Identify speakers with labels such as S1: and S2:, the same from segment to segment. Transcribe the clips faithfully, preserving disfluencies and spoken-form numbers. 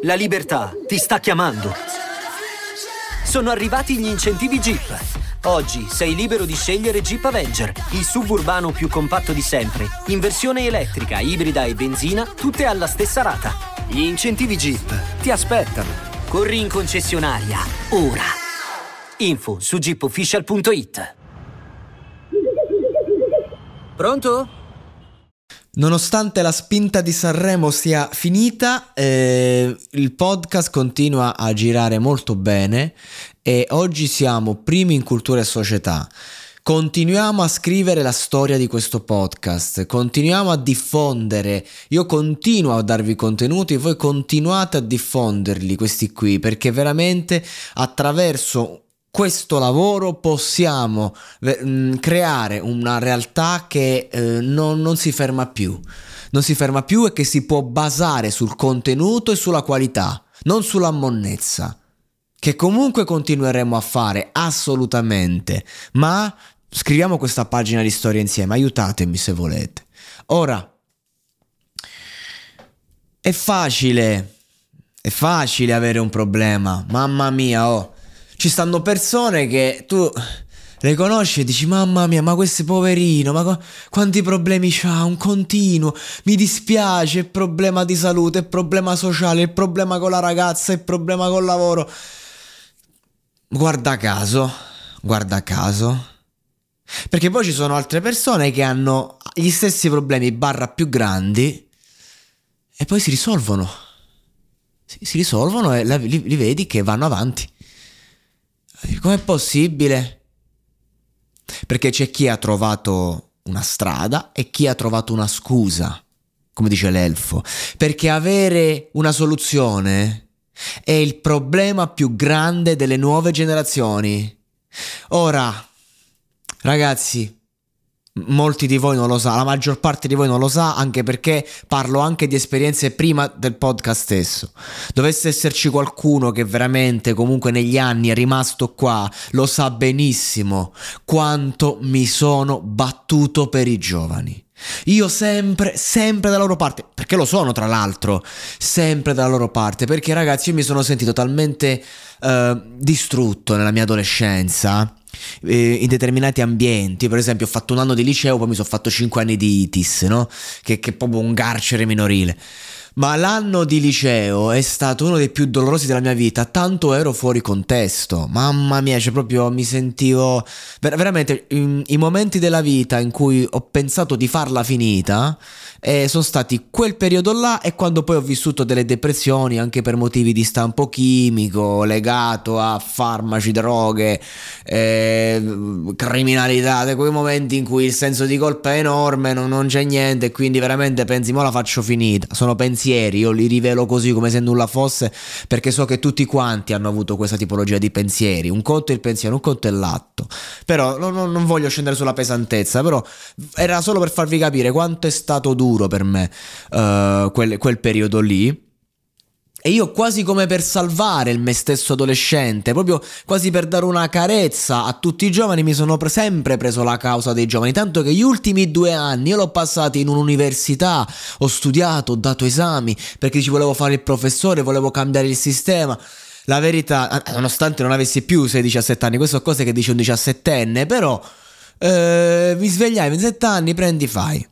S1: La libertà ti sta chiamando. Sono arrivati gli incentivi Jeep. Oggi sei libero di scegliere Jeep Avenger, il suburbano più compatto di sempre, in versione elettrica, ibrida e benzina, tutte alla stessa rata. Gli incentivi Jeep ti aspettano. Corri in concessionaria, ora. Info su jeep official punto it. Pronto?
S2: Nonostante la spinta di Sanremo sia finita, eh, il podcast continua a girare molto bene e oggi siamo primi in cultura e società. Continuiamo a scrivere la storia di questo podcast, continuiamo a diffondere, io continuo a darvi contenuti, voi continuate a diffonderli questi qui, perché veramente attraverso questo lavoro possiamo eh, creare una realtà che eh, non, non si ferma più, non si ferma più e che si può basare sul contenuto e sulla qualità, non sulla monnezza, che comunque continueremo a fare assolutamente, ma scriviamo questa pagina di storia insieme, aiutatemi se volete. Ora, è facile, è facile avere un problema, mamma mia, oh. Ci stanno persone che tu le conosci e dici mamma mia, ma questo è poverino, ma quanti problemi c'ha, un continuo, mi dispiace, il problema di salute, il problema sociale, il problema con la ragazza, il problema col lavoro. Guarda caso, guarda caso, perché poi ci sono altre persone che hanno gli stessi problemi barra più grandi e poi si risolvono, si, si risolvono e li, li vedi che vanno avanti. Com'è possibile? Perché c'è chi ha trovato una strada e chi ha trovato una scusa, come dice l'elfo, perché avere una soluzione è il problema più grande delle nuove generazioni. Ora, ragazzi, molti di voi non lo sa, la maggior parte di voi non lo sa, anche perché parlo anche di esperienze prima del podcast stesso. Dovesse esserci qualcuno che veramente comunque negli anni è rimasto qua, lo sa benissimo quanto mi sono battuto per i giovani. Io sempre, sempre dalla loro parte, perché lo sono tra l'altro, sempre dalla loro parte, perché ragazzi io mi sono sentito talmente uh, distrutto nella mia adolescenza, in determinati ambienti. Per esempio ho fatto un anno di liceo, poi mi sono fatto cinque anni di I T I S, no? Che, che è proprio un carcere minorile. Ma l'anno di liceo è stato uno dei più dolorosi della mia vita, tanto ero fuori contesto, mamma mia, cioè proprio mi sentivo ver- veramente in, i momenti della vita in cui ho pensato di farla finita eh, sono stati quel periodo là e quando poi ho vissuto delle depressioni anche per motivi di stampo chimico legato a farmaci, droghe, eh, criminalità, quei momenti in cui il senso di colpa è enorme, non, non c'è niente e quindi veramente pensi mo la faccio finita. Sono pensieri, io li rivelo così come se nulla fosse, perché so che tutti quanti hanno avuto questa tipologia di pensieri. Un conto è il pensiero, un conto è l'atto. Però non, non voglio scendere sulla pesantezza, però era solo per farvi capire quanto è stato duro per me uh, quel, quel periodo lì. E io quasi come per salvare il me stesso adolescente, proprio quasi per dare una carezza a tutti i giovani, mi sono pre- sempre preso la causa dei giovani, tanto che gli ultimi due anni io l'ho passati in un'università, ho studiato, ho dato esami, perché ci volevo fare il professore, volevo cambiare il sistema. La verità, nonostante non avessi più sei diciassette anni, queste sono cose che dice un diciassettenne, però eh, mi svegliai a ventisette anni, prendi fai.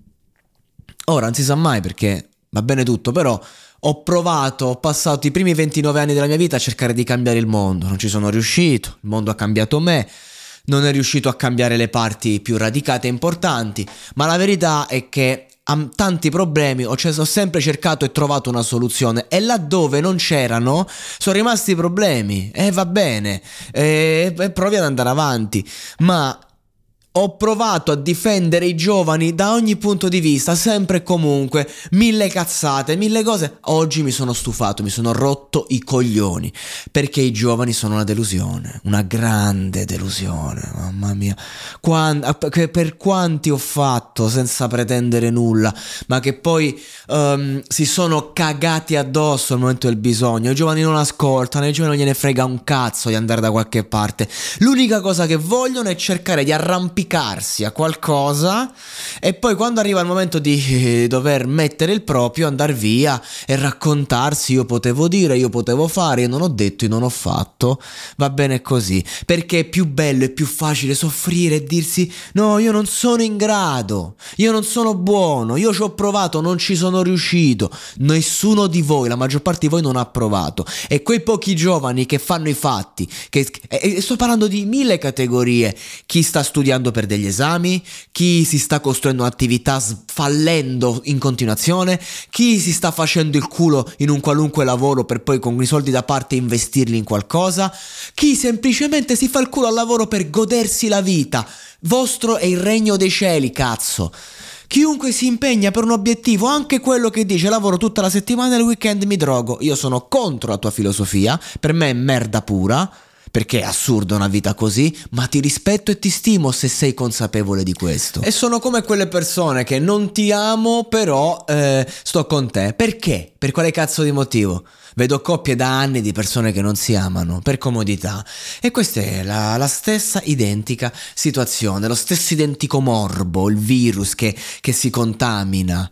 S2: Ora non si sa mai perché va bene tutto, però ho provato, ho passato i primi ventinove anni della mia vita a cercare di cambiare il mondo, non ci sono riuscito, il mondo ha cambiato me, non è riuscito a cambiare le parti più radicate e importanti, ma la verità è che a tanti problemi ho, cioè, ho sempre cercato e trovato una soluzione, e laddove non c'erano sono rimasti problemi e va bene, e, e provi ad andare avanti, ma ho provato a difendere i giovani da ogni punto di vista, sempre e comunque, mille cazzate, mille cose. Oggi mi sono stufato, mi sono rotto i coglioni, perché i giovani sono una delusione, una grande delusione, mamma mia. Quando, per quanti ho fatto senza pretendere nulla, ma che poi um, si sono cagati addosso al momento del bisogno. I giovani non ascoltano, i giovani non gliene frega un cazzo di andare da qualche parte. L'unica cosa che vogliono è cercare di arrampicare affaticarsi a qualcosa e poi quando arriva il momento di dover mettere il proprio, andare via e raccontarsi: io potevo dire, io potevo fare, io non ho detto, io non ho fatto, va bene così, perché è più bello e più facile soffrire e dirsi: no, io non sono in grado, io non sono buono, io ci ho provato, non ci sono riuscito. Nessuno di voi, la maggior parte di voi non ha provato, e quei pochi giovani che fanno i fatti, che, e sto parlando di mille categorie: chi sta studiando per degli esami, chi si sta costruendo un'attività fallendo in continuazione, chi si sta facendo il culo in un qualunque lavoro per poi con i soldi da parte investirli in qualcosa, chi semplicemente si fa il culo al lavoro per godersi la vita. Vostro è il regno dei cieli, cazzo. Chiunque si impegna per un obiettivo, anche quello che dice lavoro tutta la settimana e il weekend mi drogo. Io sono contro la tua filosofia, per me è merda pura, perché è assurdo una vita così, ma ti rispetto e ti stimo se sei consapevole di questo. E sono come quelle persone che non ti amo, però eh, sto con te. Perché? Per quale cazzo di motivo? Vedo coppie da anni di persone che non si amano per comodità, e questa è la, la stessa identica situazione, lo stesso identico morbo, il virus che, che si contamina.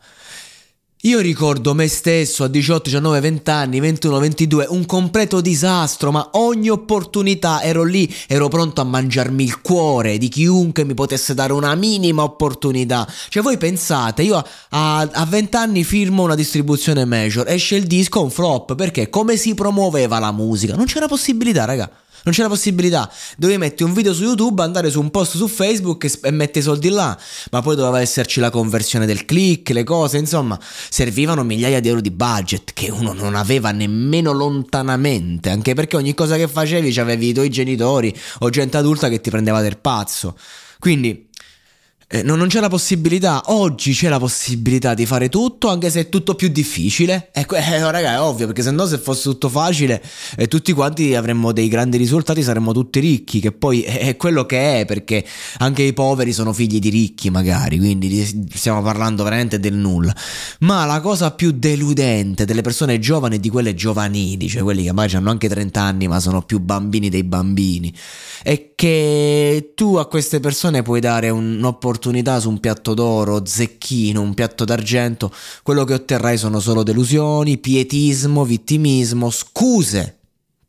S2: Io ricordo me stesso a diciotto, diciannove, venti anni, ventuno, ventidue, un completo disastro, ma ogni opportunità ero lì, ero pronto a mangiarmi il cuore di chiunque mi potesse dare una minima opportunità. Cioè voi pensate, io a venti anni firmo una distribuzione major, esce il disco, un flop, perché come si promuoveva la musica? Non c'era possibilità, raga. Non c'era possibilità, dovevi mettere un video su YouTube, andare su un post su Facebook e, e mettere i soldi là, ma poi doveva esserci la conversione del click, le cose, insomma, servivano migliaia di euro di budget che uno non aveva nemmeno lontanamente, anche perché ogni cosa che facevi c'avevi i tuoi genitori o gente adulta che ti prendeva del pazzo, quindi... Eh, no, non c'è la possibilità. Oggi c'è la possibilità di fare tutto, anche se è tutto più difficile. Eh, eh, no, raga, è ovvio, perché se no, se fosse tutto facile, eh, tutti quanti avremmo dei grandi risultati, saremmo tutti ricchi, che poi è, è quello che è, perché anche i poveri sono figli di ricchi, magari, quindi stiamo parlando veramente del nulla. Ma la cosa più deludente delle persone giovani e di quelle giovanili, cioè quelli che magari hanno anche trenta anni ma sono più bambini dei bambini, è che tu a queste persone puoi dare un'opportunità su un piatto d'oro, zecchino, un piatto d'argento, quello che otterrai sono solo delusioni, pietismo, vittimismo, scuse.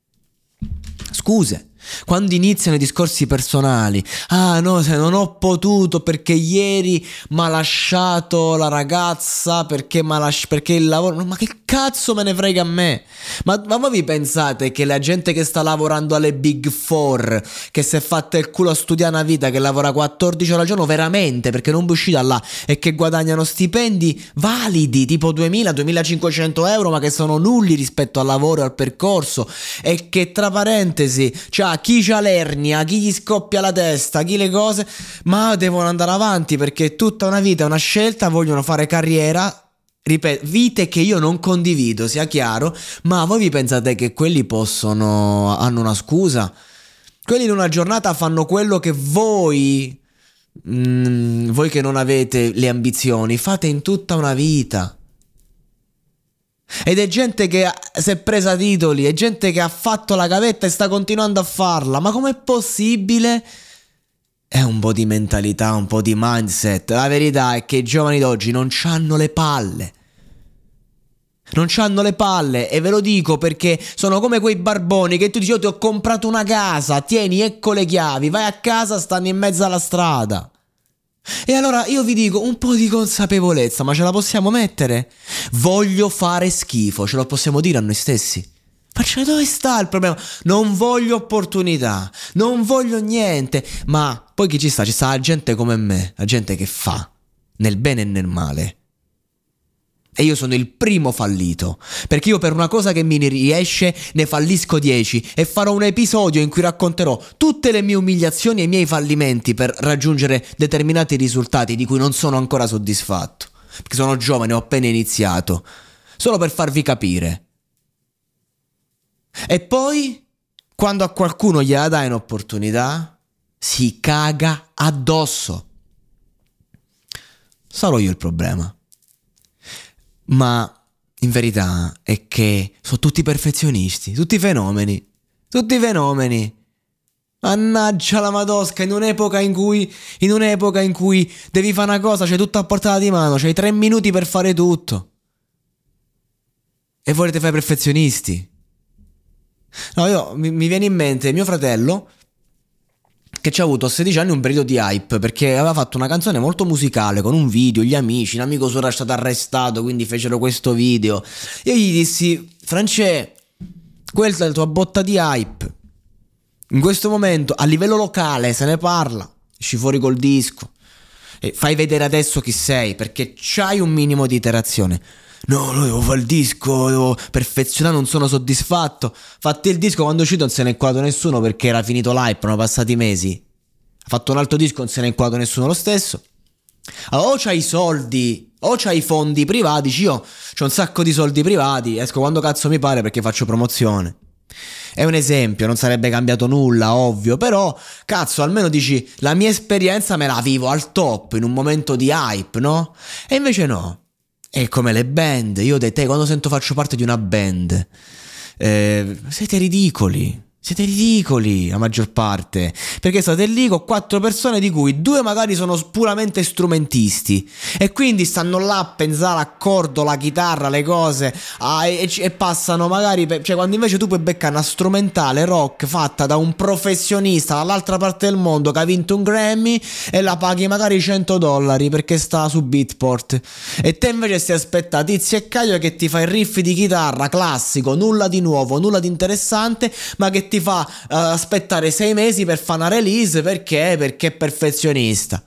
S2: Scuse. Quando iniziano i discorsi personali: ah no, se non ho potuto perché ieri mi ha lasciato la ragazza, perché m'ha lasci- perché il lavoro, no, ma che cazzo me ne frega a me? Ma, ma voi vi pensate che la gente che sta lavorando alle Big Four, che si è fatta il culo a studiare una vita, che lavora quattordici ore al giorno veramente perché non uscì da là, e che guadagnano stipendi validi tipo duemila duemilacinquecento euro, ma che sono nulli rispetto al lavoro e al percorso, e che tra parentesi c'ha chi c'ha l'ernia, chi gli scoppia la testa, chi le cose, ma devono andare avanti perché tutta una vita è una scelta, vogliono fare carriera. Ripeto, vite che io non condivido, sia chiaro, ma voi vi pensate che quelli possono, hanno una scusa? Quelli in una giornata fanno quello che voi, mm, voi che non avete le ambizioni, fate in tutta una vita. Ed è gente che si è presa titoli, è gente che ha fatto la gavetta e sta continuando a farla. Ma com'è possibile? È un po' di mentalità, un po' di mindset. La verità è che i giovani d'oggi non c'hanno le palle. Non c'hanno le palle, e ve lo dico perché sono come quei barboni che tu dici: io ti ho comprato una casa, tieni, ecco le chiavi, vai a casa, stanno in mezzo alla strada. E allora io vi dico, un po' di consapevolezza, ma ce la possiamo mettere? Voglio fare schifo, ce lo possiamo dire a noi stessi? Ma cioè, dove sta il problema? Non voglio opportunità, non voglio niente. Ma poi chi ci sta? Ci sta la gente come me, la gente che fa, nel bene e nel male. E io sono il primo fallito, perché io per una cosa che mi riesce ne fallisco dieci, e farò un episodio in cui racconterò tutte le mie umiliazioni e i miei fallimenti per raggiungere determinati risultati di cui non sono ancora soddisfatto, perché sono giovane, ho appena iniziato, solo per farvi capire. E poi, quando a qualcuno gliela dai un'opportunità, si caga addosso. Sarò io il problema. Ma in verità è che sono tutti perfezionisti, tutti fenomeni, tutti fenomeni. Mannaggia la madosca, in un'epoca in cui in un'epoca in cui devi fare una cosa, c'hai tutto a portata di mano, c'hai tre minuti per fare tutto. E volete fare perfezionisti. No, io mi, mi viene in mente mio fratello che ci ha avuto a sedici anni un periodo di hype perché aveva fatto una canzone molto musicale con un video, gli amici, un amico suo era stato arrestato, quindi fecero questo video. Io gli dissi: Francè, questa è la tua botta di hype. In questo momento a livello locale se ne parla, esci fuori col disco e fai vedere adesso chi sei, perché c'hai un minimo di iterazione. No, no, devo fare il disco, devo perfezionare, non sono soddisfatto. Fatti il disco, quando è uscito non se ne è inquadrato nessuno perché era finito l'hype, erano passati mesi. Ha fatto un altro disco, non se ne è inquadrato nessuno lo stesso. Allora, o c'hai i soldi, o c'hai i fondi privati. Dici, io c'ho un sacco di soldi privati, esco quando cazzo mi pare perché faccio promozione. È un esempio, non sarebbe cambiato nulla, ovvio, però cazzo, almeno dici la mia esperienza me la vivo al top in un momento di hype, no? E invece no. È come le band, io da te quando sento faccio parte di una band, eh, siete ridicoli. Siete ridicoli la maggior parte, perché state lì con quattro persone di cui due magari sono puramente strumentisti e quindi stanno là a pensare l'accordo, la chitarra, le cose ah, e, e passano magari per, cioè quando invece tu puoi beccare una strumentale rock fatta da un professionista dall'altra parte del mondo che ha vinto un Grammy e la paghi magari cento dollari perché sta su Beatport, e te invece stai aspettando Tizio e Caio che ti fa il riff di chitarra classico, nulla di nuovo, nulla di interessante, ma che ti fa uh, aspettare sei mesi per fare una release perché? Perché è perfezionista.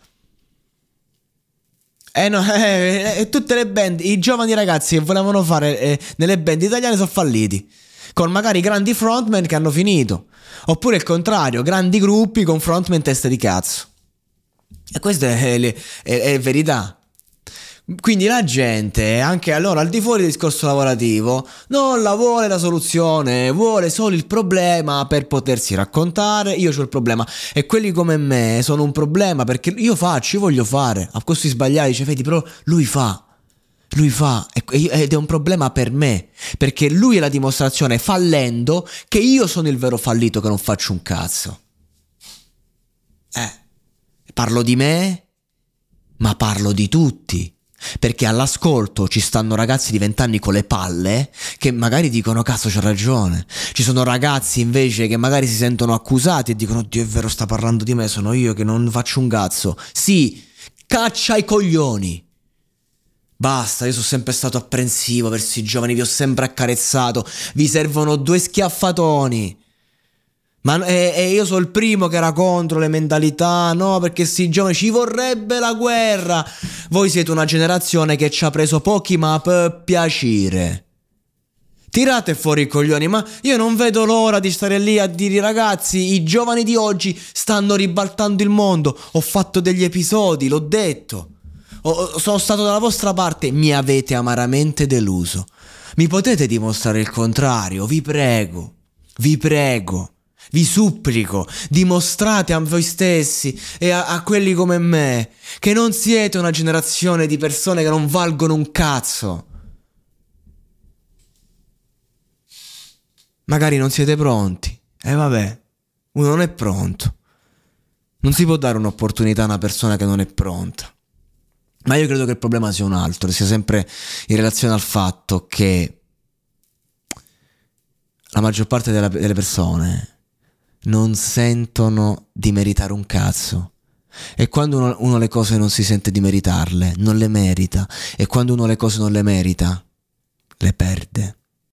S2: Eh no, eh, eh, tutte le band, i giovani ragazzi che volevano fare eh, nelle band italiane sono falliti, con magari grandi frontman che hanno finito, oppure il contrario, grandi gruppi con frontman teste di cazzo. E questa è, è, è, è verità. Quindi la gente, anche allora al di fuori del discorso lavorativo, non la vuole la soluzione, vuole solo il problema per potersi raccontare. Io c'ho il problema e quelli come me sono un problema perché io faccio, io voglio fare. A questi sbagliati dice vedi, però lui fa, lui fa ed è un problema per me, perché lui è la dimostrazione fallendo che io sono il vero fallito che non faccio un cazzo. Eh, parlo di me, ma parlo di tutti. Perché all'ascolto ci stanno ragazzi di vent'anni con le palle che magari dicono cazzo c'ha ragione, ci sono ragazzi invece che magari si sentono accusati e dicono oddio è vero sta parlando di me, sono io che non faccio un cazzo. Sì, caccia i coglioni, basta, io sono sempre stato apprensivo verso i giovani, vi ho sempre accarezzato, vi servono due schiaffatoni. Ma e, e io sono il primo che era contro le mentalità, no, perché sti giovani ci vorrebbe la guerra. Voi siete una generazione che ci ha preso pochi ma per piacere. Tirate fuori i coglioni, ma io non vedo l'ora di stare lì a dire ragazzi, i giovani di oggi stanno ribaltando il mondo. Ho fatto degli episodi, l'ho detto. Ho, sono stato dalla vostra parte, mi avete amaramente deluso. Mi potete dimostrare il contrario, vi prego, vi prego. Vi supplico, dimostrate a voi stessi e a, a quelli come me che non siete una generazione di persone che non valgono un cazzo. Magari non siete pronti. E eh vabbè, uno non è pronto. Non si può dare un'opportunità a una persona che non è pronta. Ma io credo che il problema sia un altro, sia sempre in relazione al fatto che la maggior parte della, delle persone non sentono di meritare un cazzo, e quando uno, uno le cose non si sente di meritarle, non le merita, e quando uno le cose non le merita, le perde.